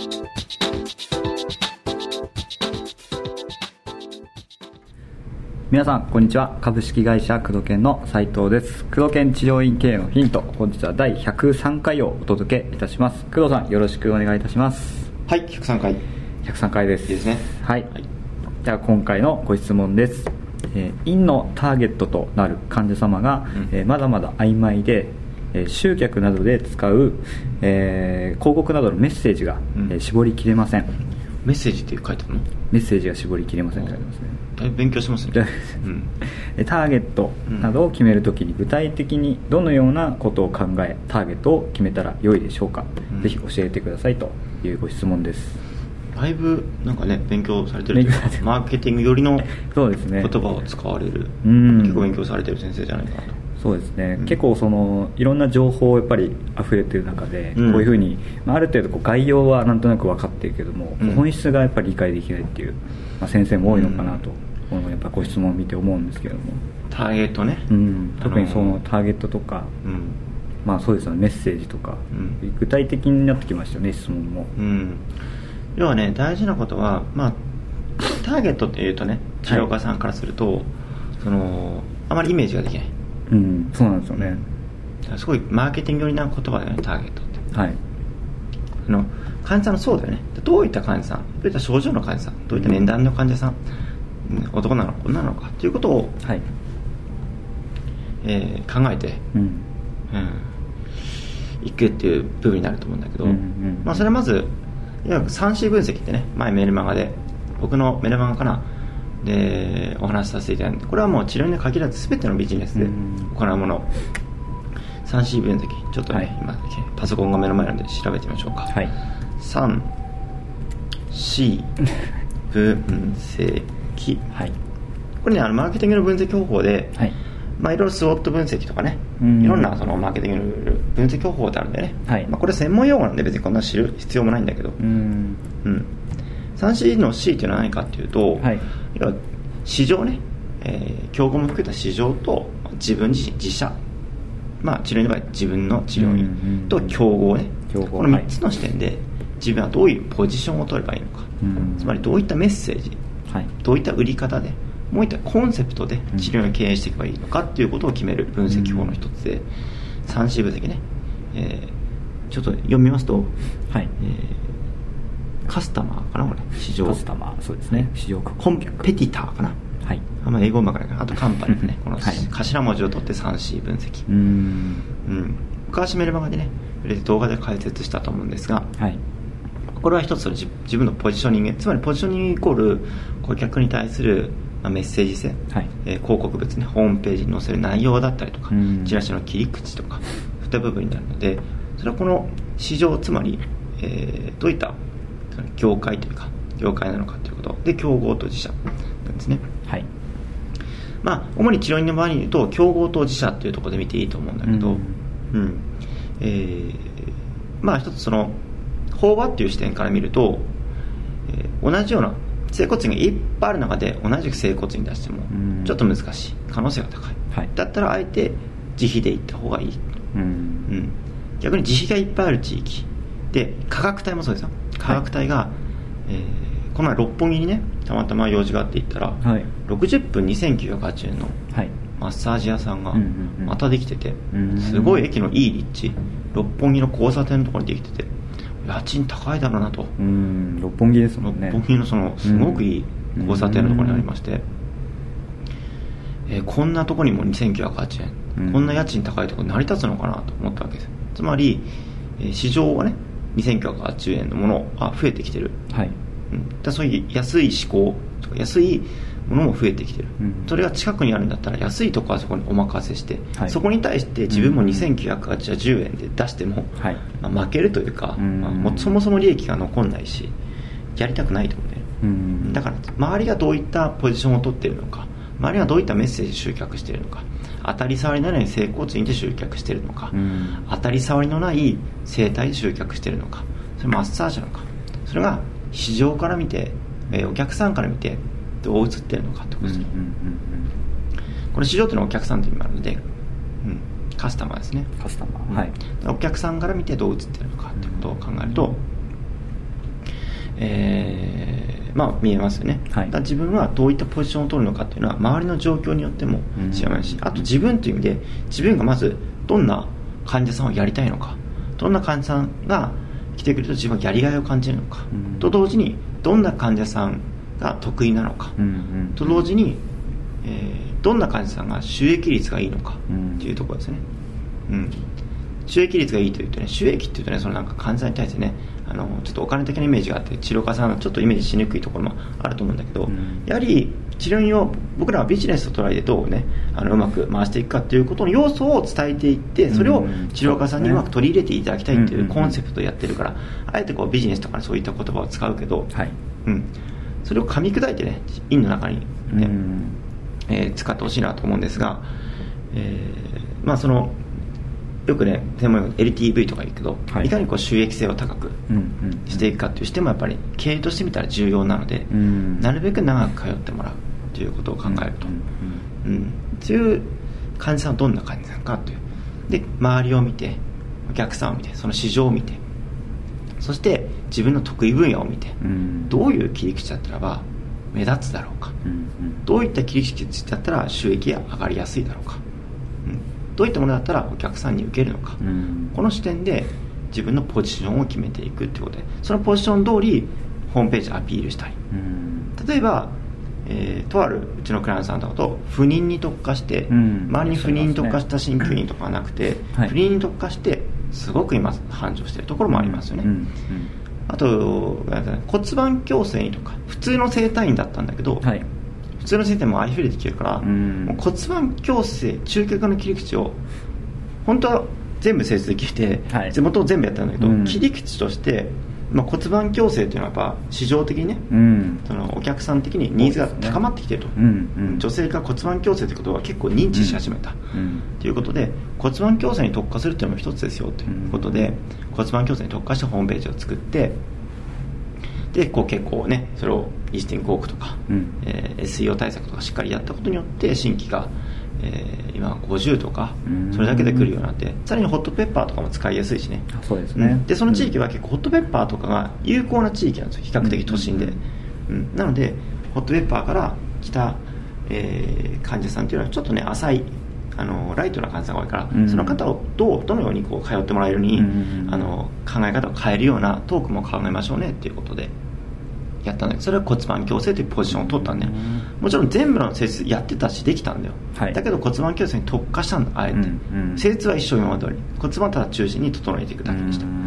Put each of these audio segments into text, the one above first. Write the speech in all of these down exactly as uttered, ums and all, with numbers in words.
皆さんこんにちは。株式会社工藤研の斉藤です。工藤研治療院経営のヒント、本日はだいひゃくさんかいをお届けいたします。工藤さんよろしくお願いいたします。 はい、ひゃくさんかいひゃくさんかいです。 いいですね。 はい、はい、では今回のご質問です。えー、院のターゲットとなる患者様が、うんえー、まだまだ曖昧で、えー、集客などで使う、えー、広告などのメッセージが、うんえー、絞りきれません。 メッセージって書いてあるの？ メッセージが絞りきれませんって書いてますね。 だいぶ勉強しますね。うん、 ターゲットなどを決めるときに具体的にどのようなことを考えターゲットを決めたら良いでしょうか、うん、ぜひ教えてくださいというご質問です。 だいぶなんかね勉強されてるというかマーケティング寄りのそうですね、 言葉を使われる、 うん、 結構勉強されてる先生じゃないかなと。 そうですね、うん、結構そのいろんな情報やっぱり溢れてる中で、うん、こういうふうに、まあ、ある程度こう概要はなんとなく分かってるけども、うん、本質がやっぱり理解できないっていう、まあ、先生も多いのかなと、うん、やっぱご質問を見て思うんですけども、 ターゲットね、 うん、特にそのターゲットとか、うん、まあそうですよね、メッセージとか、うん、具体的になってきましたよね、質問も、うん、 要はね大事なことは、まあ、ターゲットっていうとね治療家さんからすると、はい、そのあまりイメージができない、 うん、そうなんですよね。 すごいマーケティング寄りな言葉だよね、ターゲットって。はい。あの患者さんのそうだよね。どういった患者さん、どういった症状の患者さん、どういった年代の患者さん、うん、男なのか女なのかということを、はいえー、考えて、うんうん、いくっていう部分になると思うんだけど、うんうんまあ、それはまずいわゆる スリーシー 分析ってね、前メルマガで僕のメルマガかなでお話しさせていただいて、これはもう治療に限らず全てのビジネスで行うもの、スリーシー 分析、ちょっとね、はい、今パソコンが目の前なので調べてみましょうか。はい、スリーシー 分析、はい、これねあのマーケティングの分析方法で、はいまあ、いろいろスウォット分析とかね、いろんなそのマーケティングの分析方法ってあるんでね、はいまあ、これ専門用語なんで別にこんな知る必要もないんだけど、うん、うん、スリーシー の C っていうのは何かっていうと、はい、要は市場ね、えー、競合も含めた市場と自分自身自社、まあ、治療院の場合自分の治療院と競合ね、うんうん、このみっつの視点で自分はどういうポジションを取ればいいのか、うん、つまりどういったメッセージ、はい、どういった売り方でどういったコンセプトで治療院を経営していけばいいのかっていうことを決める分析法の一つで、うん、スリーシー 分析ね、えー、ちょっと読みますと、はいえー、カスタマーかな、これ市場カスタマー、そうですね、市場コンペティターかな、はい、あんまり英語うまくないかな、あとカンパニーねこの頭文字を取って スリーシー 分析、うん、うん、昔メルマガでね動画で解説したと思うんですが、はい、これは一つの自分のポジショニング、つまりポジショニングイコール顧客に対するメッセージ性、はいえー、広告物ね、ホームページに載せる内容だったりとか、チラシの切り口とかそういった部分になるので、それはこの市場、つまり、えー、どういった業界というか業界なのかということで、競合と自社なんですね。はい、まあ主に治療院の場合に言うと競合と自社というところで見ていいと思うんだけど、うんうんえー、まあ一つその飽和っていう視点から見ると、えー、同じような整骨院がいっぱいある中で同じく整骨院出してもちょっと難しい、可能性が高い、はい、だったらあえて自費で行った方がいい、うんうん、逆に自費がいっぱいある地域で価格帯もそうですよ、価格帯が、はいえー、この前六本木にねたまたま用事があって行ったら、はい、ろくじゅっぷんにせんきゅうひゃくはちえんのマッサージ屋さんがまたできてて、すごい駅のいい立地、六本木の交差点のところにできてて家賃高いだろうなと。 うん、六本木ですもんね。 六本木のそのすごくいい交差点のところにありまして、えー、こんなところにもにせんきゅうひゃくはちえん、こんな家賃高いところ成り立つのかなと思ったわけです。つまり、えー、市場はねにせんきゅうひゃくはちじゅうえんのものが増えてきてる、はいうん、だそういう安い志向とか安いものも増えてきてる、うん、それが近くにあるんだったら安いところはそこにお任せして、はい、そこに対して自分もにせんきゅうひゃくはちじゅうえんで出しても、はいまあ、負けるというか、うんまあ、もうそもそも利益が残んないしやりたくないと思うね、うん、だから周りがどういったポジションを取っているのか、周りがどういったメッセージを集客しているのか、当たり障りのない整骨院で集客しているのか、うん、当たり障りのない整体で集客しているのか、それマッサージなのか、それが市場から見て、えー、お客さんから見てどう映っているのかってことですね、うんうんうんうん、これ市場というのはお客さんという意味があるので、うん、カスタマーですね、 カスタマー、はい、 お客さんから見てどう映っているのかっていうことを考えると、 えーまあ、見えますよね、はい、だ自分はどういったポジションを取るのかっていうのは周りの状況によっても違いますし、あと自分という意味で自分がまずどんな患者さんをやりたいのか、どんな患者さんが来てくれると自分はやりがいを感じるのか、うん、と同時にどんな患者さんが得意なのか、うんうん、と同時に、えー、どんな患者さんが収益率がいいのかっていうところですね、うん、収益率がいいというとね、収益っていうとね、そのなんか患者さんに対してね、あのちょっとお金的なイメージがあって治療家さんはちょっとイメージしにくいところもあると思うんだけど、うん、やはり治療院を僕らはビジネスと捉えてどうね、あのうまく回していくかということの要素を伝えていって、それを治療家さんにうまく取り入れていただきたいというコンセプトをやってるから、あえてこうビジネスとかそういった言葉を使うけど、はいうん、それを噛み砕いてね、院の中にね、えー、使ってほしいなと思うんですが、えー、まあそのよくね、専門用語 エルティーブイ とか言うけど、はい、いかにこう収益性を高くしていくかという視点もやっぱり経営としてみたら重要なので、うん、なるべく長く通ってもらうということを考えると、うんうん、そういう患者さんはどんな患者さんかというで、周りを見て、お客さんを見て、その市場を見て、そして自分の得意分野を見て、うん、どういう切り口だったらば目立つだろうか、うんうん、どういった切り口だったら収益が上がりやすいだろうか、どういったものだったらお客さんに受けるのか、うん、この視点で自分のポジションを決めていくということで、そのポジション通りホームページでアピールしたり、うん、例えば、えー、とあるうちのクライアントさんだと不妊に特化して、うん、周りに不妊に特化した鍼灸院とかはなくて、はい、不妊に特化してすごく今繁盛しているところもありますよね、うんうん、あと骨盤矯正にとか普通の整体院だったんだけど、はい、普通の先生もありふれてきてるから、うん、もう骨盤矯正中極の切り口を本当は全部施術できて、はい、元を全部やったんだけど、うん、切り口として、まあ、骨盤矯正っていうのはやっぱ市場的にね、うん、そのお客さん的にニーズが高まってきてると、ねうんうん、女性が骨盤矯正ということは結構認知し始めた、うん、ということで骨盤矯正に特化するっていうのも一つですよということで、うん、骨盤矯正に特化したホームページを作って、でこう結構ね、それをリスティング広告とか、うんえー、エスイーオー 対策とかしっかりやったことによって新規が、えー、今ごじゅうとかそれだけで来るようになって、さらにホットペッパーとかも使いやすいしね。 そうですね、 でその地域は結構ホットペッパーとかが有効な地域なんですよ、比較的都心で、うんうん、なのでホットペッパーから来た、えー、患者さんっていうのはちょっとね浅いあのライトな患者さんが多いから、うん、その方をどうどのようにこう通ってもらえるように、うん、あの考え方を変えるようなトークも考えましょうねっていうことでやったんだけど、それは骨盤矯正というポジションを取ったんだよ、うん、もちろん全部の施術やってたしできたんだよ、はい、だけど骨盤矯正に特化したんだ、あえて、うんうん、施術は一緒今まで通り骨盤ただ中心に整えていくだけでした、うんうん、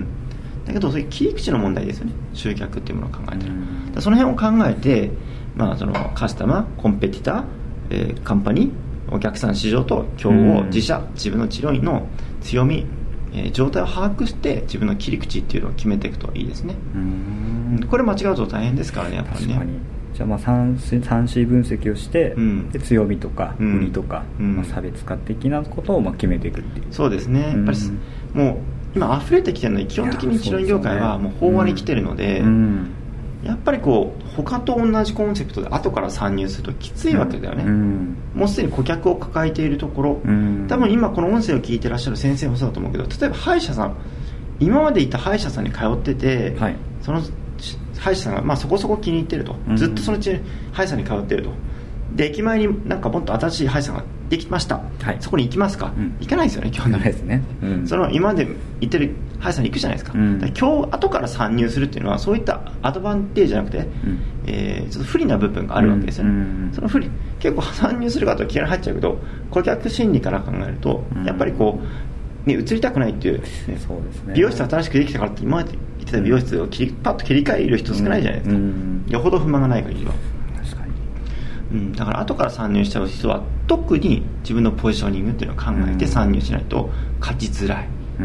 だけどそういう切り口の問題ですよね、集客っていうものを考えてる、うん、だその辺を考えて、まあ、そのカスタマーコンペティター、えー、カンパニーお客さん市場と競合、自社自分の治療院の強み、えー、状態を把握して自分の切り口っていうのを決めていくといいですね。うーん、これ間違うと大変ですからね、やっぱりね。 確かに。じゃあまあ さんシー 分析をして、うん、で強みとか売りとか、うんまあ、差別化的なことをまあ決めていくっていう。 そうですね、やっぱりもう今溢れてきてるのに基本的に治療院業界はもう飽和に来てるので、うんうんやっぱりこう他と同じコンセプトで後から参入するときついわけだよね、うん、もうすでに顧客を抱えているところ、うん、多分今この音声を聞いてらっしゃる先生もそうだと思うけど、例えば歯医者さん今までいた歯医者さんに通ってて、はい、その歯医者さんがまあそこそこ気に入ってると、うん、ずっとそのうち歯医者さんに通ってると、で駅前になんかもっと新しい歯医者さんができました、はい、そこに行きますか、うん、行かないですよね基本的にですね、うん、その今まで行ってる歯医者さんに行くじゃないですか、うん、だから今日後から参入するっていうのはそういったアドバンテージじゃなくて、うんえー、ちょっと不利な部分があるわけですよね、うん、その不利結構参入する方は気が入っちゃうけど顧客心理から考えると、うん、やっぱりこう、ね、移りたくないっていう、ねそうですね、美容室新しくできたからって今まで言ってた美容室を切りパッと切り替える人少ないじゃないですか、うん、よほど不満がない限りはうん、だから後から参入しちゃう人は特に自分のポジショニングっていうのを考えて参入しないと勝ちづらい、うん、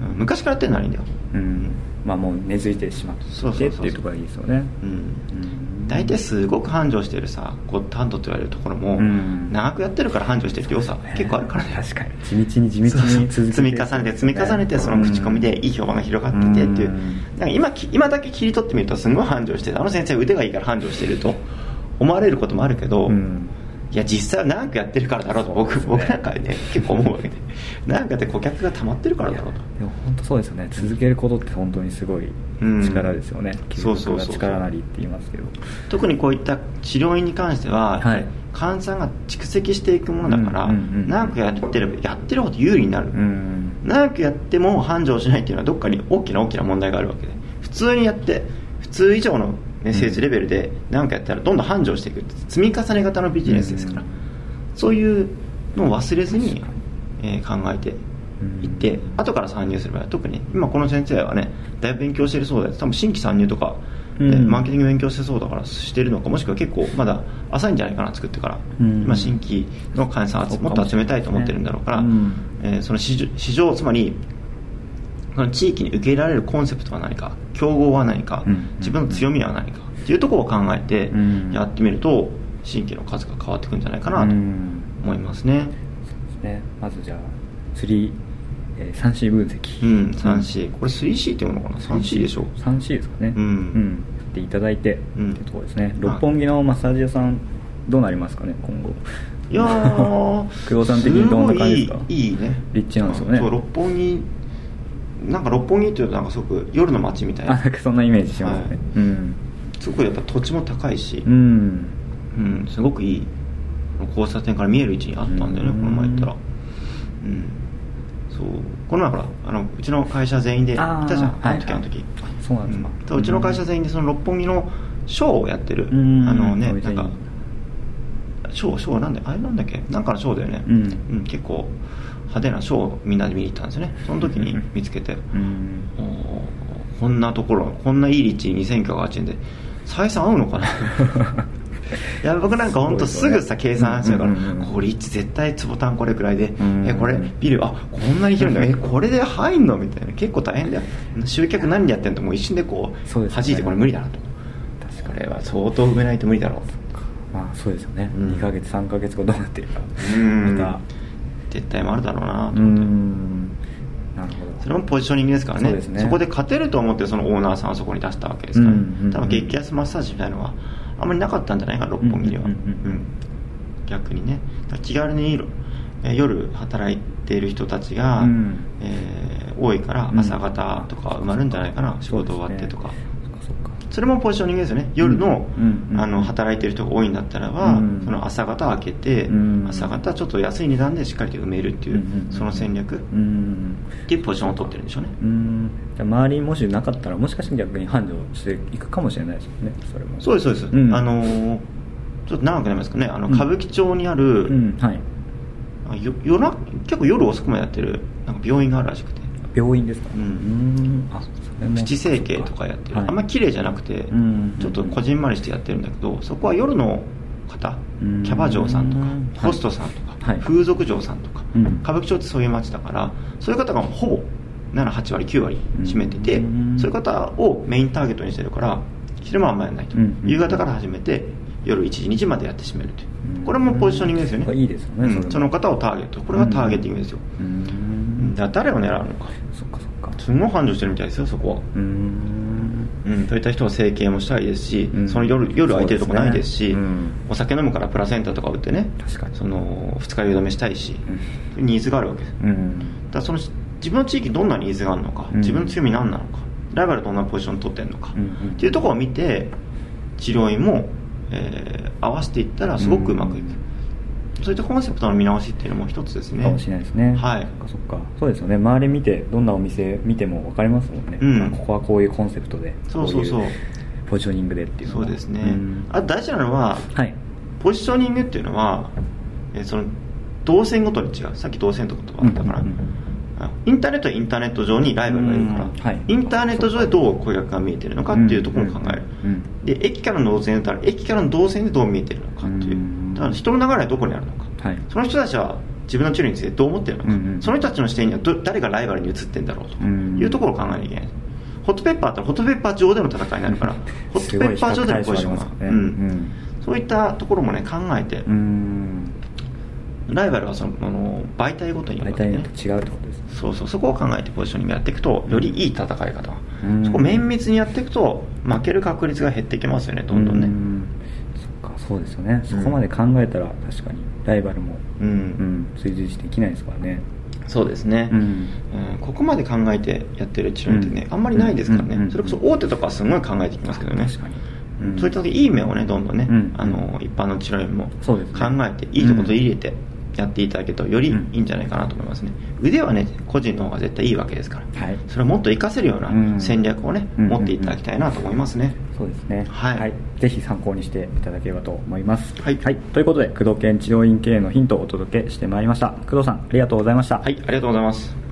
昔からやってるのはいいんだよ、うん、 まあもう根付いてしまってっていうところがいいですよね。 大体すごく繁盛してるさゴッドハンドと言われるところも、うん、長くやってるから繁盛してる良さ、ね、結構あるからね。 確かに地道に地道に続けて積み重ねて積み重ねてその口コミでいい評判が広がっててっていう、うん、なんか 今, 今だけ切り取ってみるとすごい繁盛してる、あの先生腕がいいから繁盛してると思われることもあるけど、うん、いや実際は長くやってるからだろうと 僕, 僕なんかね結構思うわけで長くやって顧客が溜まってるからだろうと。 でも本当そうですよね、続けることって本当にすごい力ですよね、うん、継続が力なりって言いますけど、 特にこういった治療院に関しては、はい、患者さんが蓄積していくものだから、うんうんうん、長くやってればやってるほど有利になる、うん、長くやっても繁盛しないっていうのはどっかに大きな大きな問題があるわけで、普通にやって普通以上のメッセージレベルで長くやったらどんどん繁盛していく、積み重ね型のビジネスですから、うん、そういうのを忘れずに、えー、考えていって、うん、後から参入すれば、特に今この先生はねだいぶ勉強してるそうで、多分新規参入とかで、うん、マーケティング勉強してそうだからしてるのか、もしくは結構まだ浅いんじゃないかな、作ってから、うん、今新規の患者さんをもっと集めたいと思ってるんだろうから、うん、えー、その市場、市場つまりその地域に受け入れられるコンセプトは何か、競合は何か、うん、自分の強みは何かっていうところを考えてやってみると新規の数が変わってくるんじゃないかなと思いますね。 そうですね。まずじゃあスリー、えー、スリーシー 分析、 うん、スリーシー、これ スリーシー っていうのかな、 スリーシー でしょ、 スリーシー ですかね、うん、うん、やっていただいて、うん、ってところですね。六本木のマッサージ屋さんどうなりますかね今後。 いやー久保さん的にどんな感じですか。 いい、いいね、 立地なんですよね。 そう、六本木なんか六本木っていうとなんかすごく夜の街みたいな、 あ、なんかそんなイメージしますね、はい、うん、 すごくやっぱ土地も高いし、 うんうん、すごくいい交差点から見える位置にあったんだよね、うん、この前行ったら、うん、そうこの前ほらあのうちの会社全員で行ったじゃん、あの時、あの時、 そうなんですか、 うん、うちの会社全員でその六本木のショーをやってる、うん、あのね、なんかショーショーなんだあれなんだっけ、なんかのショーだよね、うんうん、結構派手なショーをみんなで見に行ったんですよね。その時に見つけて、うん、こんなところこんないい立地ににせんきゅうひゃくはちえんで採算合うのかな。いや僕なんか本当すぐさ計算しちゃうから、うんうんうん、これ立地絶対坪単これくらいで、うんうん、えこれビルあこんなに広いんだ、えこれで入んのみたいな、結構大変だよ、集客何やってんともう一瞬でこう、ね、弾いてこれ無理だなと、これは相当埋めないと無理だろうと。 まあそうですよね、うん、にかげつさんかげつごどうなってるか、 うん、また撤退もあるだろうなと思って、うん、なるほど、それもポジショニングですから ね, そうですね、そこで勝てると思ってそのオーナーさんをそこに出したわけですから、ね、うんうんうん、多分激安マッサージみたいなのはあんまりなかったんじゃないかな、六本木には、うんうんうんうん、逆にね、気軽に夜働いている人たちが、うん、えー、多いから朝方とか埋まるんじゃないかな、うん、仕事終わってとか、それもポジショニングですよね。夜の、うんうん、あの働いている人が多いんだったらば、うん、その朝方開けて、うん、朝方ちょっと安い値段でしっかりと埋めるっていう、うん、その戦略、うん、っていうポジションを取ってるんでしょうね。 うん、じゃあ周りにもしなかったらもしかして逆に繁盛していくかもしれないですよね。それもそうですそうです、うん、あのー、ちょっと長くなりますかね、あの歌舞伎町にある、うんうん、はい、よ夜な結構夜遅くまでやってるなんか病院があるらしくて。 病院ですか、 うん、うんあプチ整形とかやってる、はい、あんまり綺麗じゃなくて、うん、ちょっとこじんまりしてやってるんだけど、そこは夜の方、キャバ嬢さんとかホストさんとか、はい、風俗嬢さんとか、はい、歌舞伎町ってそういう街だから、そういう方がほぼなな、はちわりきゅうわり占めてて、そういう方をメインターゲットにしてるから昼間はあんまりやらないと、夕方から始めて夜いちじにじまでやってしめるという、これもポジショニングですよね。 いいですよね、 うん、その方をターゲット、これがターゲティングですよ。うん、だ誰を狙うのか、 そっかそっか、 すごい繁盛してるみたいですよそこは。うーん、うん、そういった人は整形もしたいですし、うん、その 夜, 夜空いてるとこないですし、うん、お酒飲むからプラセンタとか売ってね、確かにその二日酔い止めしたいし、うん、ニーズがあるわけです、うん、だからその自分の地域どんなニーズがあるのか、うん、自分の強み何なのか、ライバルどんなポジション取ってるのか、うん、っていうところを見て治療院も、えー、合わせていったらすごくうまくいく、うん、そういったコンセプトの見直しっていうのも一つですね。 かもしれないですね。 はい。 そっかそっか。そうですよね。周り見てどんなお店見ても分かりますもんね。うん、ここはこういうコンセプトで、 そうそうそう。 ポジショニングでっていうのは。 そうですね。うん、あと大事なのは、はい、ポジショニングっていうのは、えー、その動線ごとに違う。さっき動線とかあったから、うんうんうん、インターネットはインターネット上にライバルがいるから、はい、インターネット上でどう顧客が見えているのかっていうところを考える、うんうんうん、で駅からの動線だったら駅からの動線でどう見えているのかっていう、うん、だから人の流れはどこにあるのか、はい、その人たちは自分の治療についてどう思っているのか、うんうん、その人たちの視点にはど誰がライバルに移ってるんだろうというところを考えなきゃいけない。ホットペッパーってホットペッパー上での戦いになるからホットペッパー上でのポジションが、ねうんうん、そういったところもね考えて、うんライバルはそのあの媒体ごとに、ね、 媒体によって違うってことですね。 そうそう、そこを考えてポジショニングやっていくとよりいい戦い方、うん、そこを綿密にやっていくと負ける確率が減ってきますよね、どんどんね。うんそっか、そうですよね。そこまで考えたら確かにライバルも、うんうん、追随してできないですからね。 そうですね、うんうん、ここまで考えてやってる治療ってね、うん、あんまりないですからね、うんうんうん、それこそ大手とかはすごい考えてきますけどね、確かに、うん、そういった時いい面をねどんどんね、うん、あの一般の治療院も考えて、ね、いいところと入れてやっていただけるとよりいいんじゃないかなと思いますね、うん、腕はね個人の方が絶対いいわけですから、はい、それをもっと活かせるような戦略をね、うん、持っていただきたいなと思いますね、 うんうんうん、そうですね、はいはい、ぜひ参考にしていただければと思います、はいはい、ということで工藤研治療院経営のヒントをお届けしてまいりました。工藤さんありがとうございました。 はい、ありがとうございます。